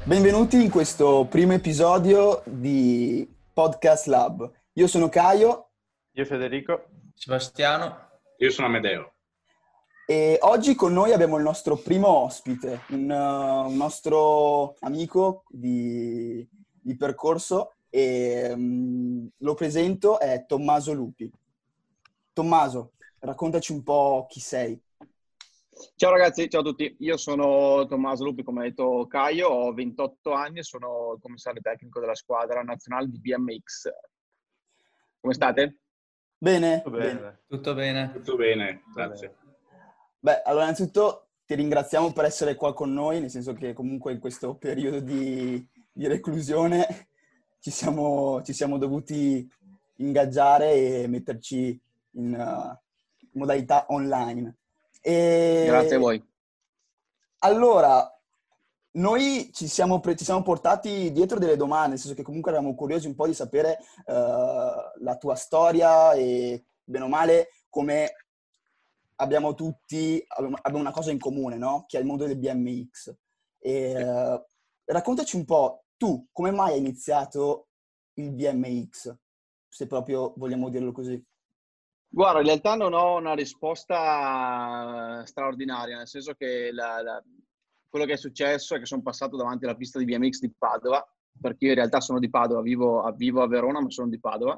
Benvenuti in questo primo episodio di Podcast Lab. Io sono Caio. Io Federico. Sebastiano. Io sono Amedeo. E oggi con noi abbiamo il nostro primo ospite, un nostro amico di percorso e lo presento, è Tommaso Lupi. Tommaso, raccontaci un po' chi sei. Ciao ragazzi, ciao a tutti. Io sono Tommaso Lupi, come ha detto Caio, ho 28 anni e sono il commissario tecnico della squadra nazionale di BMX. Come state? Bene? Tutto bene. Tutto bene. Tutto bene, grazie. Beh, allora innanzitutto ti ringraziamo per essere qua con noi, nel senso che comunque in questo periodo di reclusione ci siamo dovuti ingaggiare e metterci in modalità online. Grazie a voi. Allora, noi ci siamo portati dietro delle domande, nel senso che comunque eravamo curiosi un po' di sapere la tua storia e, bene o male, come abbiamo una cosa in comune, no? Che è il mondo del BMX. Raccontaci un po', tu, come mai hai iniziato il BMX? Se proprio vogliamo dirlo così. Guarda, in realtà non ho una risposta straordinaria, nel senso che quello che è successo è che sono passato davanti alla pista di BMX di Padova, perché io in realtà sono di Padova, vivo a Verona, ma sono di Padova,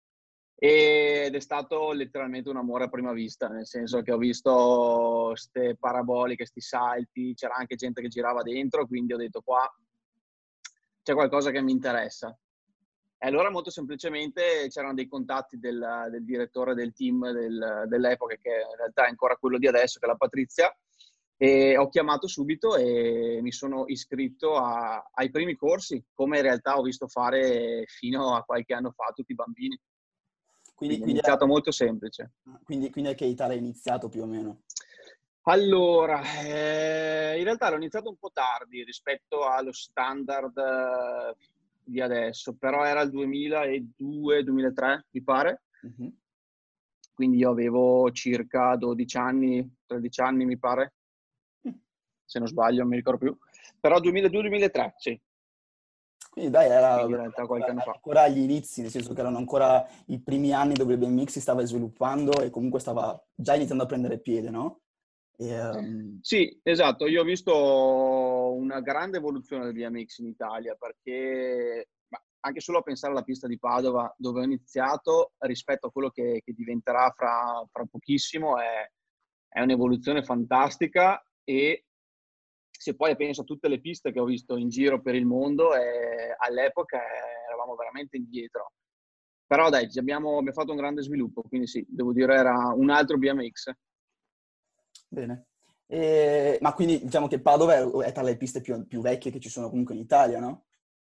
ed è stato letteralmente un amore a prima vista, nel senso che ho visto queste paraboliche, questi salti, c'era anche gente che girava dentro, quindi ho detto qua c'è qualcosa che mi interessa. E allora molto semplicemente c'erano dei contatti del direttore del team dell'epoca, che in realtà è ancora quello di adesso, che è la Patrizia, e ho chiamato subito e mi sono iscritto ai primi corsi, come in realtà ho visto fare fino a qualche anno fa tutti i bambini. Quindi è iniziato molto semplice. Quindi a che età hai iniziato più o meno? Allora, in realtà l'ho iniziato un po' tardi rispetto allo standard di adesso, però era il 2002-2003, mi pare. Uh-huh. Quindi io avevo circa 12 anni, 13 anni, mi pare. Se non sbaglio, non mi ricordo più. Però 2002-2003, sì. Quindi dai, era in realtà qualche anno fa. Ancora agli inizi, nel senso che erano ancora i primi anni dove il BMX si stava sviluppando e comunque stava già iniziando a prendere piede, no? Sì, esatto. Io ho visto una grande evoluzione del BMX in Italia, perché anche solo a pensare alla pista di Padova, dove ho iniziato, rispetto a quello che diventerà fra pochissimo, è un'evoluzione fantastica. E se poi penso a tutte le piste che ho visto in giro per il mondo, all'epoca eravamo veramente indietro. Però dai, abbiamo fatto un grande sviluppo, quindi sì, devo dire era un altro BMX. Bene. Ma quindi diciamo che Padova è tra le piste più vecchie che ci sono comunque in Italia, no?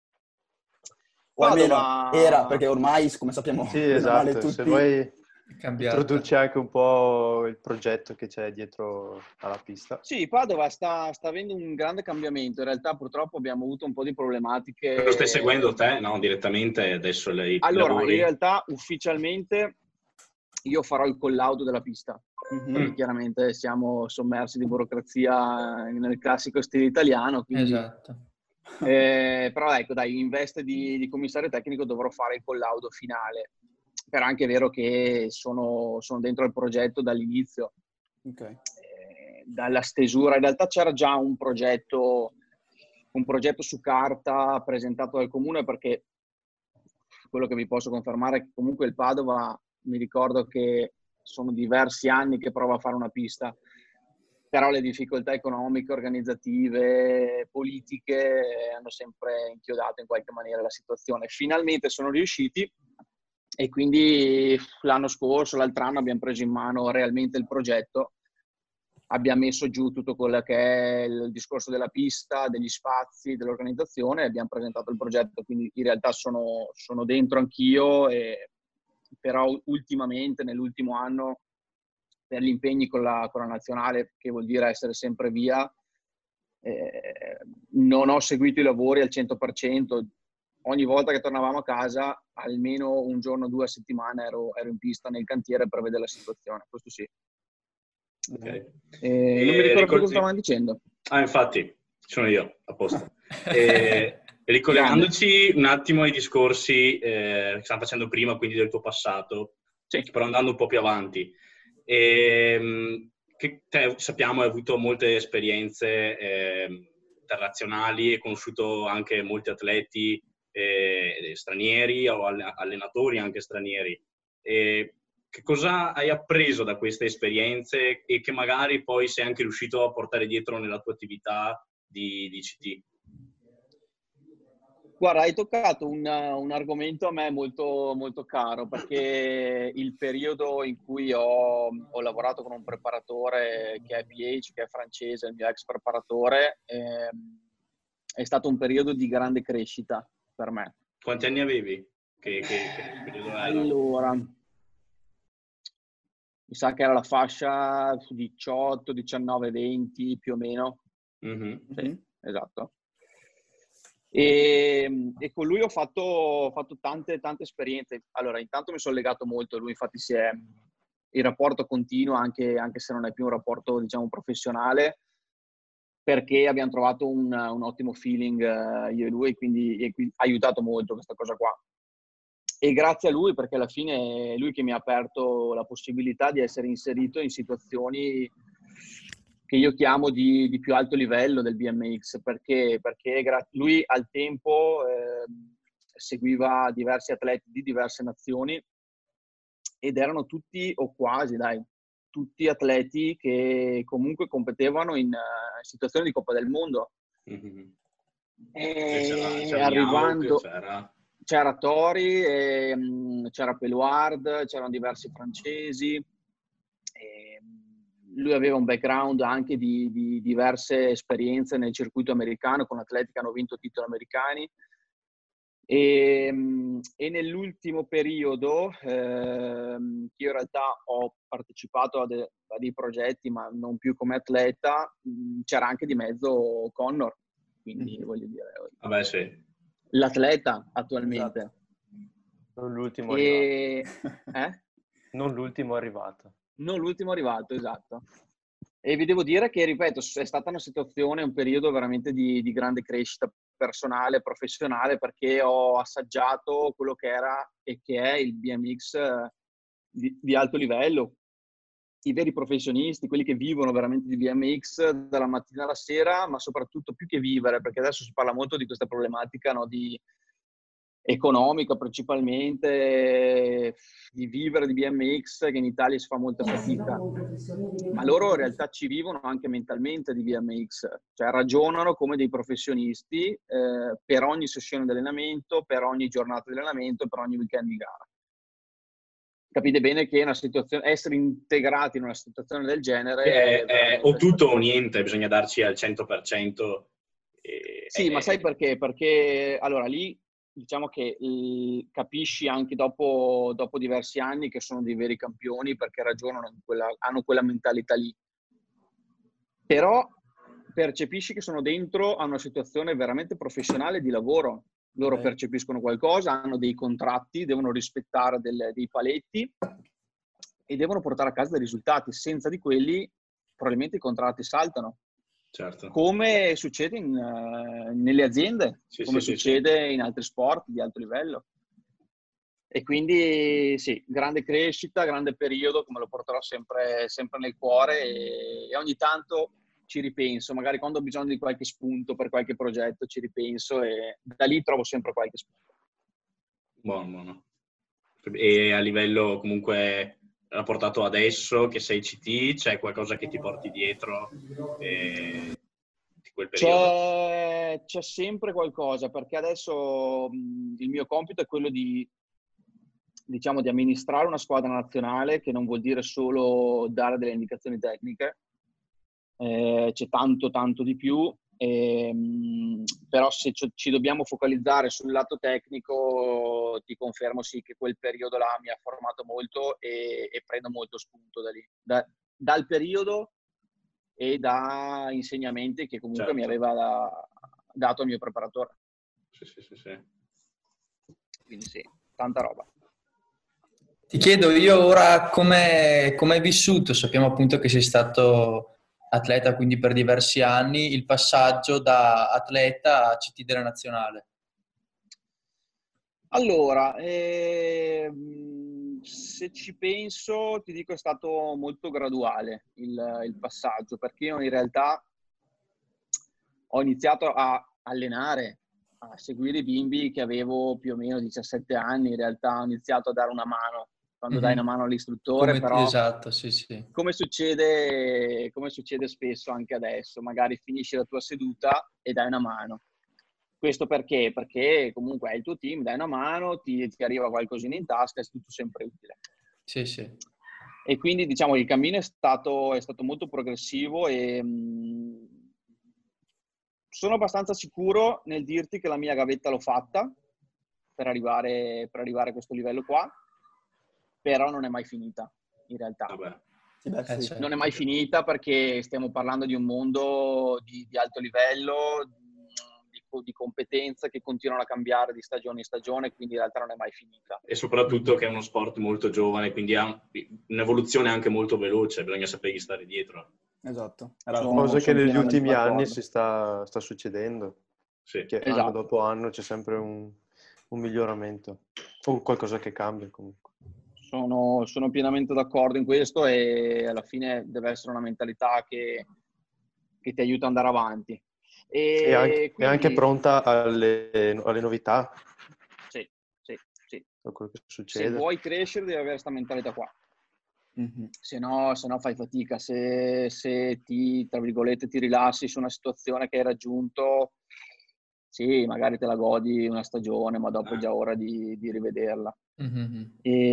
O Padova... almeno era, perché ormai, come sappiamo, Sì, esatto. tutti... Se vuoi introduci Cambiata. anche un po' il progetto che c'è dietro alla pista. Sì, Padova sta avendo un grande cambiamento. In realtà purtroppo abbiamo avuto un po' di problematiche. Lo stai seguendo te, no? Direttamente adesso lei Allora, lavori? in realtà ufficialmente io farò il collaudo della pista. Perché chiaramente siamo sommersi di burocrazia nel classico stile italiano. Quindi, Esatto. però ecco, dai, in veste di commissario tecnico dovrò fare il collaudo finale. Però è anche vero che sono dentro al progetto dall'inizio. Ok. Dalla stesura. In realtà c'era già un progetto su carta presentato dal comune, perché quello che vi posso confermare è che comunque il Padova, mi ricordo che sono diversi anni che prova a fare una pista, però le difficoltà economiche, organizzative, politiche hanno sempre inchiodato in qualche maniera la situazione. Finalmente sono riusciti e quindi l'anno scorso, l'altro anno abbiamo preso in mano realmente il progetto. Abbiamo messo giù tutto quello che è il discorso della pista, degli spazi, dell'organizzazione e abbiamo presentato il progetto, quindi in realtà sono dentro anch'io, però ultimamente, nell'ultimo anno, per gli impegni con la nazionale, che vuol dire essere sempre via, non ho seguito i lavori al 100%. Ogni volta che tornavamo a casa, almeno un giorno o 2 a settimana ero in pista nel cantiere per vedere la situazione, questo sì. Okay. Non mi ricordo più cosa stavamo dicendo. Infatti, sono io, a posto. Ricollegandoci un attimo ai discorsi che stiamo facendo prima, quindi del tuo passato, Sì. però andando un po' più avanti. Che te, sappiamo, hai avuto molte esperienze internazionali, hai conosciuto anche molti atleti stranieri o allenatori anche stranieri. Che cosa hai appreso da queste esperienze e che magari poi sei anche riuscito a portare dietro nella tua attività di CT? Guarda, hai toccato un argomento a me molto, molto caro, perché il periodo in cui ho lavorato con un preparatore che è PH, che è francese, il mio ex preparatore, è stato un periodo di grande crescita per me. Quanti anni avevi? Che periodo era? Allora, mi sa che era la fascia 18, 19, 20 più o meno. Mm-hmm. Sì, esatto. E con lui ho fatto tante esperienze. Allora, intanto mi sono legato molto, lui infatti il rapporto continua anche se non è più un rapporto, diciamo, professionale, perché abbiamo trovato un ottimo feeling io e lui, e quindi ha aiutato molto questa cosa qua. E grazie a lui, perché alla fine è lui che mi ha aperto la possibilità di essere inserito in situazioni che io chiamo di più alto livello del BMX, perché lui al tempo seguiva diversi atleti di diverse nazioni ed erano tutti, o quasi, tutti atleti che comunque competevano in situazioni di Coppa del Mondo. Mm-hmm. E c'era arrivando... Niauk, c'era Tori, c'era Pelouard, c'erano diversi francesi. Lui aveva un background anche di diverse esperienze nel circuito americano, con atleti che hanno vinto titoli americani. E nell'ultimo periodo, che io in realtà ho partecipato a dei progetti, ma non più come atleta, c'era anche di mezzo Connor. Quindi voglio dire... Vabbè, sì. L'atleta attualmente. Esatto. Non l'ultimo arrivato. Non l'ultimo arrivato. Non l'ultimo arrivato, esatto. E vi devo dire che, ripeto, è stata una situazione, un periodo veramente di grande crescita personale, professionale, perché ho assaggiato quello che era e che è il BMX di alto livello. I veri professionisti, quelli che vivono veramente di BMX dalla mattina alla sera, ma soprattutto più che vivere, perché adesso si parla molto di questa problematica, no, economica principalmente, di vivere di BMX, che in Italia si fa molta fatica, ma loro in realtà ci vivono anche mentalmente di BMX, cioè ragionano come dei professionisti per ogni sessione di allenamento, per ogni giornata di allenamento, per ogni weekend di gara. Capite bene che essere integrati in una situazione del genere è o tutto o niente, bisogna darci al 100%. Sì, ma sai perché? Perché allora lì diciamo che capisci anche dopo diversi anni che sono dei veri campioni, perché ragionano hanno quella mentalità lì. Però percepisci che sono dentro a una situazione veramente professionale di lavoro. Loro percepiscono qualcosa, hanno dei contratti, devono rispettare dei paletti e devono portare a casa dei risultati. Senza di quelli probabilmente i contratti saltano. Certo. Come succede nelle aziende, come succede in altri sport di alto livello. E quindi sì, grande crescita, grande periodo, come lo porterò sempre nel cuore, e ogni tanto ci ripenso, magari quando ho bisogno di qualche spunto per qualche progetto ci ripenso e da lì trovo sempre qualche spunto. Buono. E a livello comunque rapportato adesso che sei CT, c'è qualcosa che ti porti dietro di quel periodo? C'è sempre qualcosa, perché adesso il mio compito è quello di amministrare una squadra nazionale, che non vuol dire solo dare delle indicazioni tecniche. C'è tanto di più, però se ci dobbiamo focalizzare sul lato tecnico, ti confermo sì che quel periodo là mi ha formato molto e prendo molto spunto da lì, dal periodo e da insegnamenti che comunque mi aveva dato il mio preparatore. Sì. Quindi sì, tanta roba. Ti chiedo io ora come hai vissuto. Sappiamo appunto che sei stato atleta quindi per diversi anni, il passaggio da atleta a CT della nazionale? Allora, se ci penso, ti dico è stato molto graduale il passaggio, perché io in realtà ho iniziato a allenare, a seguire i bimbi che avevo più o meno 17 anni. In realtà ho iniziato a dare una mano, quando dai una mano all'istruttore, però esatto, sì. come succede spesso anche adesso, magari finisci la tua seduta e dai una mano. Questo perché? Perché comunque è il tuo team, dai una mano, ti arriva qualcosina in tasca, è tutto sempre utile. Sì. E quindi diciamo il cammino è stato molto progressivo e sono abbastanza sicuro nel dirti che la mia gavetta l'ho fatta per arrivare a questo livello qua, però non è mai finita in realtà. Vabbè. Sì. Non è mai finita perché stiamo parlando di un mondo di alto livello, di competenze che continuano a cambiare di stagione in stagione, quindi in realtà non è mai finita. E soprattutto che è uno sport molto giovane, quindi ha un'evoluzione anche molto veloce, bisogna sapergli stare dietro. Esatto. Cosa che negli ultimi anni si sta succedendo. Sì. Esatto. Anno dopo anno c'è sempre un miglioramento, o qualcosa che cambia comunque. Sono pienamente d'accordo in questo e alla fine deve essere una mentalità che ti aiuta ad andare avanti. E anche pronta alle novità. Sì. Quello che succede. Se vuoi crescere devi avere questa mentalità qua. Mm-hmm. Se no fai fatica. Se ti, tra virgolette, ti rilassi su una situazione che hai raggiunto, sì, magari te la godi una stagione, ma dopo è già ora di rivederla. Mm-hmm.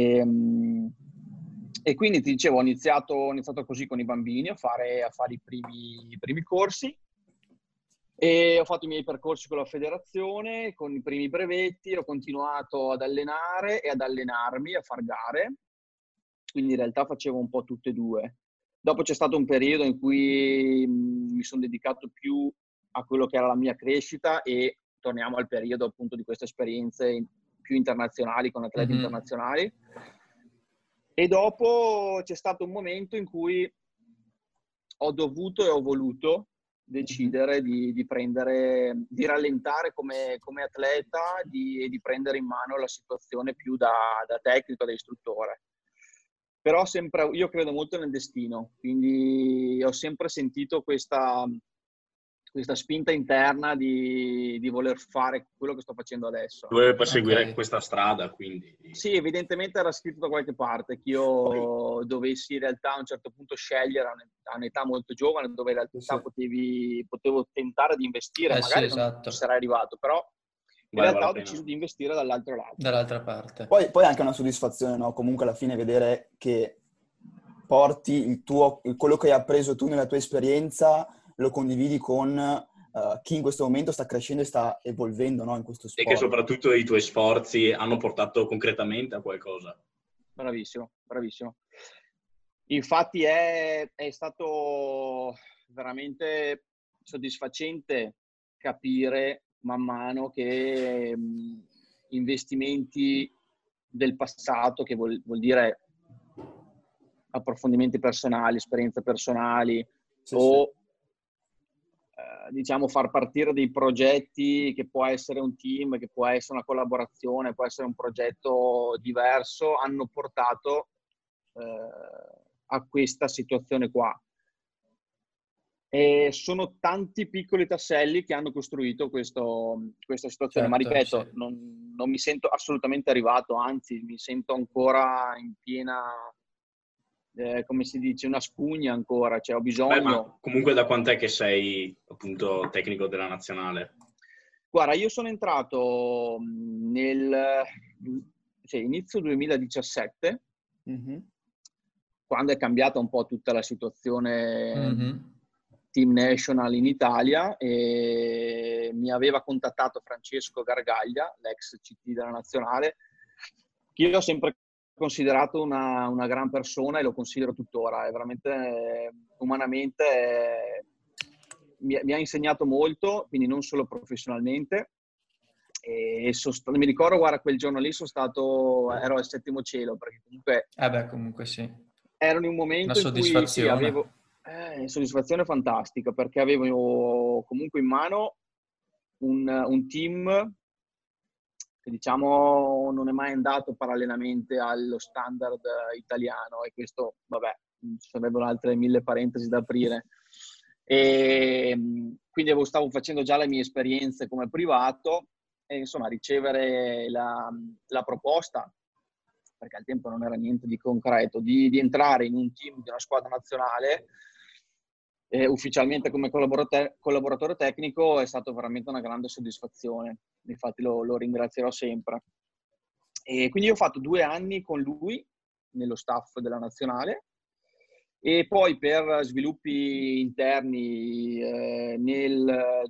E quindi ti dicevo, ho iniziato così con i bambini a fare i primi corsi. E ho fatto i miei percorsi con la federazione, con i primi brevetti, ho continuato ad allenare e ad allenarmi, a far gare, quindi in realtà facevo un po' tutte e due. Dopo c'è stato un periodo in cui mi sono dedicato più a quello che era la mia crescita e torniamo al periodo appunto di queste esperienze più internazionali, con atleti internazionali. E dopo c'è stato un momento in cui ho dovuto e ho voluto decidere di rallentare come atleta e di prendere in mano la situazione più da tecnico, da istruttore. Però sempre, io credo molto nel destino, quindi ho sempre sentito questa spinta interna di voler fare quello che sto facendo adesso. Dovevo perseguire questa strada, quindi. Sì, evidentemente era scritto da qualche parte che io dovessi in realtà a un certo punto scegliere a un'età molto giovane, dove in realtà potevo tentare di investire, magari non ci sarei arrivato, però in realtà ho deciso di investire dall'altra parte. Poi è anche una soddisfazione, no? Comunque alla fine vedere che porti quello che hai appreso tu nella tua esperienza, lo condividi con chi in questo momento sta crescendo e sta evolvendo, no? In questo sport. E che soprattutto i tuoi sforzi hanno portato concretamente a qualcosa. Bravissimo. Infatti è stato veramente soddisfacente capire man mano che investimenti del passato, che vuol dire approfondimenti personali, esperienze personali, diciamo far partire dei progetti, che può essere un team, che può essere una collaborazione, può essere un progetto diverso, hanno portato a questa situazione qua. E sono tanti piccoli tasselli che hanno costruito questa situazione, ma ripeto, non mi sento assolutamente arrivato, anzi mi sento ancora in piena, come si dice, una spugna ancora, cioè ho bisogno. Ma comunque da quant'è che sei appunto tecnico della nazionale? Guarda, io sono entrato inizio 2017, quando è cambiata un po' tutta la situazione Team National in Italia, e mi aveva contattato Francesco Gargaglia, l'ex CT della nazionale, che io ho sempre considerato una gran persona e lo considero tuttora. È veramente, umanamente, mi ha insegnato molto, quindi non solo professionalmente. E mi ricordo, guarda, quel giorno lì ero al settimo cielo, perché comunque comunque sì, ero in un momento in cui sì, avevo Soddisfazione fantastica, perché avevo comunque in mano un team che, diciamo, non è mai andato parallelamente allo standard italiano, e questo, vabbè, ci sarebbero altre 1000 parentesi da aprire. E quindi stavo facendo già le mie esperienze come privato, e insomma ricevere la proposta, perché al tempo non era niente di concreto, di entrare in un team di una squadra nazionale ufficialmente come collaboratore tecnico, è stato veramente una grande soddisfazione. Infatti lo ringrazierò sempre. E quindi ho fatto 2 anni con lui nello staff della nazionale, e poi per sviluppi interni nel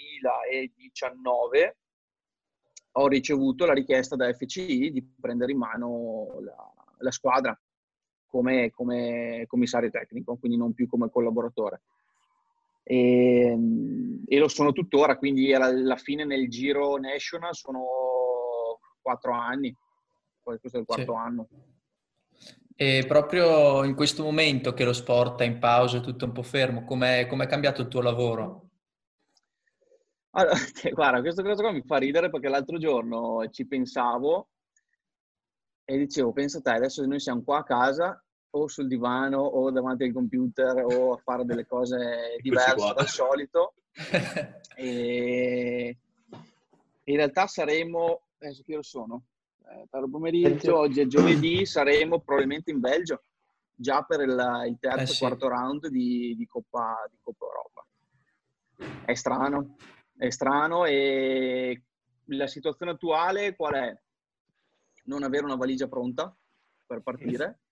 2019 ho ricevuto la richiesta da FCI di prendere in mano la squadra come commissario tecnico, quindi non più come collaboratore. E lo sono tuttora, quindi alla fine nel giro national sono 4 anni, poi questo è il quarto anno. E proprio in questo momento che lo sport è in pausa, è tutto un po' fermo, com'è cambiato il tuo lavoro? Allora, guarda, questa cosa qua mi fa ridere, perché l'altro giorno ci pensavo e dicevo, pensa te, adesso noi siamo qua a casa o sul divano o davanti al computer o a fare delle cose diverse dal solito, e in realtà saremo, adesso che ore sono? Per il pomeriggio, oggi è giovedì, saremo probabilmente in Belgio già per il terzo e quarto round di Coppa Europa. È strano, e la situazione attuale qual è? Non avere una valigia pronta per partire,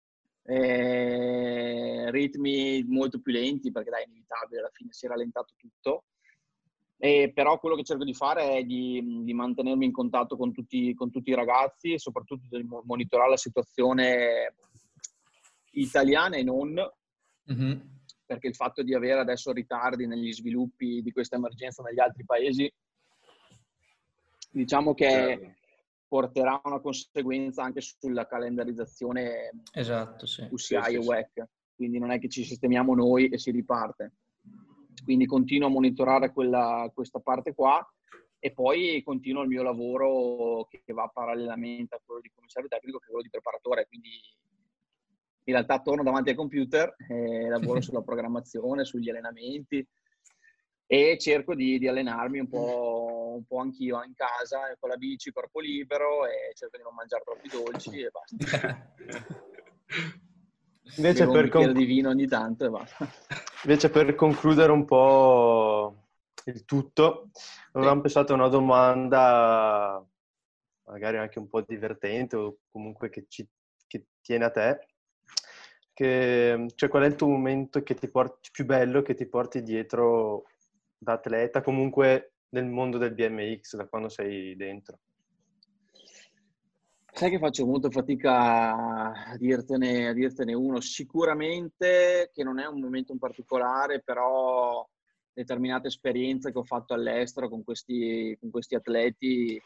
ritmi molto più lenti, perché dai, è inevitabile, alla fine si è rallentato tutto. Però quello che cerco di fare è di mantenermi in contatto con tutti i ragazzi, e soprattutto di monitorare la situazione italiana e non, perché il fatto di avere adesso ritardi negli sviluppi di questa emergenza negli altri paesi, diciamo che porterà una conseguenza anche sulla calendarizzazione, esatto, sì. UCI e WEC, quindi non è che ci sistemiamo noi e si riparte. Quindi continuo a monitorare questa parte qua, e poi continuo il mio lavoro che va parallelamente a quello di commissario tecnico, che è quello di preparatore. Quindi in realtà torno davanti al computer e lavoro sulla programmazione, sugli allenamenti, e cerco di allenarmi un po' anch'io in casa, con la bici, corpo libero, e cerco di non mangiare troppi dolci e basta. Invece bevo un bicchiere di vino ogni tanto e basta. Invece, per concludere un po' il tutto, avevamo pensato a una domanda magari anche un po' divertente, o comunque che tiene a te, cioè qual è il tuo momento che ti porti, più bello, che ti porti dietro da atleta, comunque nel mondo del BMX, da quando sei dentro? Sai che faccio molta fatica a dirtene uno. Sicuramente che non è un momento in particolare, però determinate esperienze che ho fatto all'estero con questi atleti,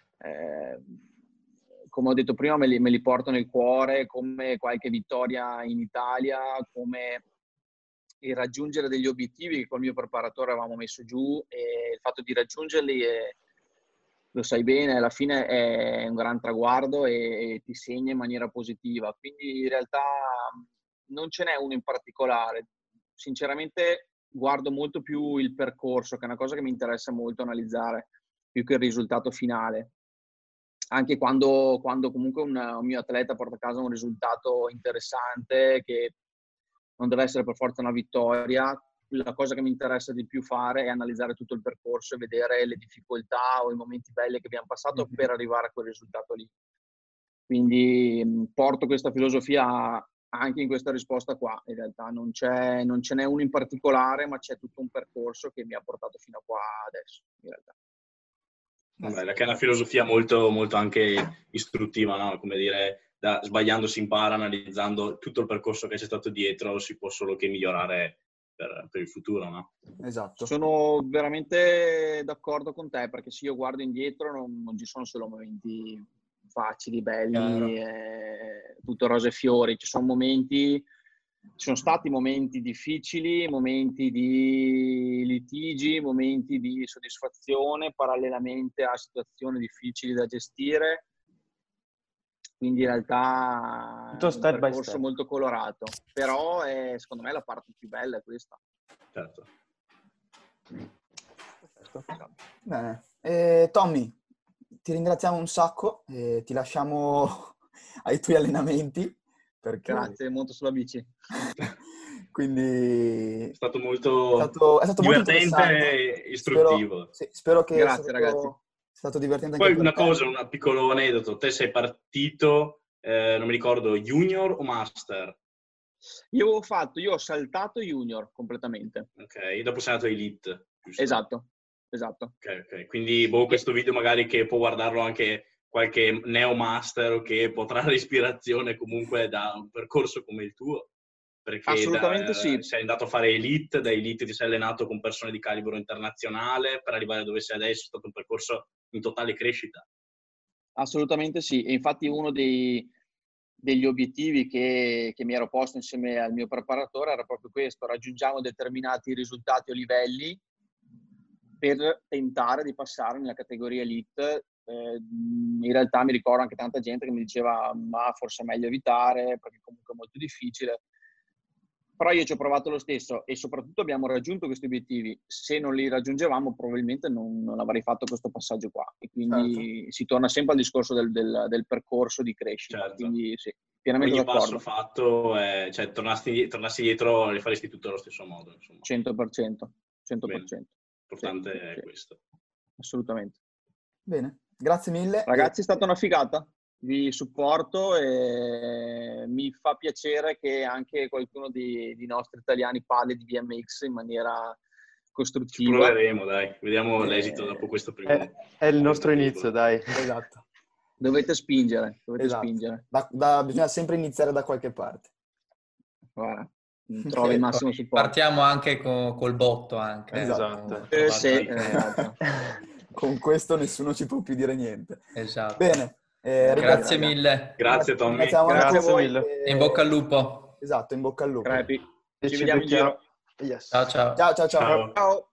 come ho detto prima, me li porto nel cuore, come qualche vittoria in Italia, come il raggiungere degli obiettivi che col mio preparatore avevamo messo giù, e il fatto di raggiungerli lo sai bene, alla fine è un gran traguardo e ti segna in maniera positiva. Quindi in realtà non ce n'è uno in particolare. Sinceramente guardo molto più il percorso, che è una cosa che mi interessa molto analizzare, più che il risultato finale. Anche quando comunque un mio atleta porta a casa un risultato interessante, che non deve essere per forza una vittoria, la cosa che mi interessa di più fare è analizzare tutto il percorso e vedere le difficoltà o i momenti belli che abbiamo passato per arrivare a quel risultato lì. Quindi porto questa filosofia anche in questa risposta qua. In realtà non ce n'è uno in particolare, ma c'è tutto un percorso che mi ha portato fino a qua adesso, in realtà. Vabbè, che è una filosofia molto, molto anche istruttiva, no? Come dire, sbagliando si impara, analizzando tutto il percorso che c'è stato dietro, si può solo che migliorare per il futuro, no? Esatto. Sono veramente d'accordo con te, perché se io guardo indietro non ci sono solo momenti facili, belli, tutto rose e fiori. Ci sono momenti ci sono stati momenti difficili, momenti di litigi, momenti di soddisfazione, parallelamente a situazioni difficili da gestire. Quindi in realtà Tutto è step un by percorso step. molto colorato, però secondo me la parte più bella è questa. Certo. Bene. Tommy, ti ringraziamo un sacco e ti lasciamo ai tuoi allenamenti. Perché... Grazie, monto sulla bici. Quindi È stato molto è stato molto divertente interessante. e istruttivo. Spero che Grazie, ragazzi. sia stato divertente anche Poi per una te. cosa, un piccolo aneddoto. Te sei partito, non mi ricordo, junior o master? Io ho saltato junior completamente. Ok, dopo sei andato elite, giusto? Esatto. Ok. Quindi questo video magari che può guardarlo anche qualche neo master che può trarre ispirazione comunque da un percorso come il tuo. Perché Assolutamente sì. sei andato a fare elite, da elite ti sei allenato con persone di calibro internazionale per arrivare dove sei adesso, è stato un percorso in totale crescita. Assolutamente sì, e infatti uno degli obiettivi che mi ero posto insieme al mio preparatore era proprio questo: raggiungiamo determinati risultati o livelli per tentare di passare nella categoria elite. In realtà mi ricordo anche tanta gente che mi diceva ma forse è meglio evitare perché comunque è molto difficile. Però io ci ho provato lo stesso e soprattutto abbiamo raggiunto questi obiettivi. Se non li raggiungevamo probabilmente non avrei fatto questo passaggio qua. E quindi si torna sempre al discorso del percorso di crescita. Certo. Quindi sì, pienamente Ogni d'accordo. passo fatto, cioè tornassi dietro li faresti tutto allo stesso modo. Insomma. 100%. L'importante è sì. questo. Assolutamente. Bene, grazie mille. Ragazzi, è stata una figata. Vi supporto e mi fa piacere che anche qualcuno di nostri italiani parli di BMX in maniera costruttiva. Ci proveremo, dai. Vediamo l'esito dopo questo primo. È il nostro inizio, dai. Esatto. Dovete spingere. Esatto. Spingere. Bisogna sempre iniziare da qualche parte. Guarda, trovi il massimo supporto. Partiamo anche col botto. Anche, esatto. Sì, esatto. Con questo nessuno ci può più dire niente. Esatto. Bene. Grazie mille. Grazie Tommy. Grazie a voi. E in bocca al lupo. Esatto, in bocca al lupo. Crepi. Ci vediamo in giro. Yes. Ciao. Ciao. Ciao.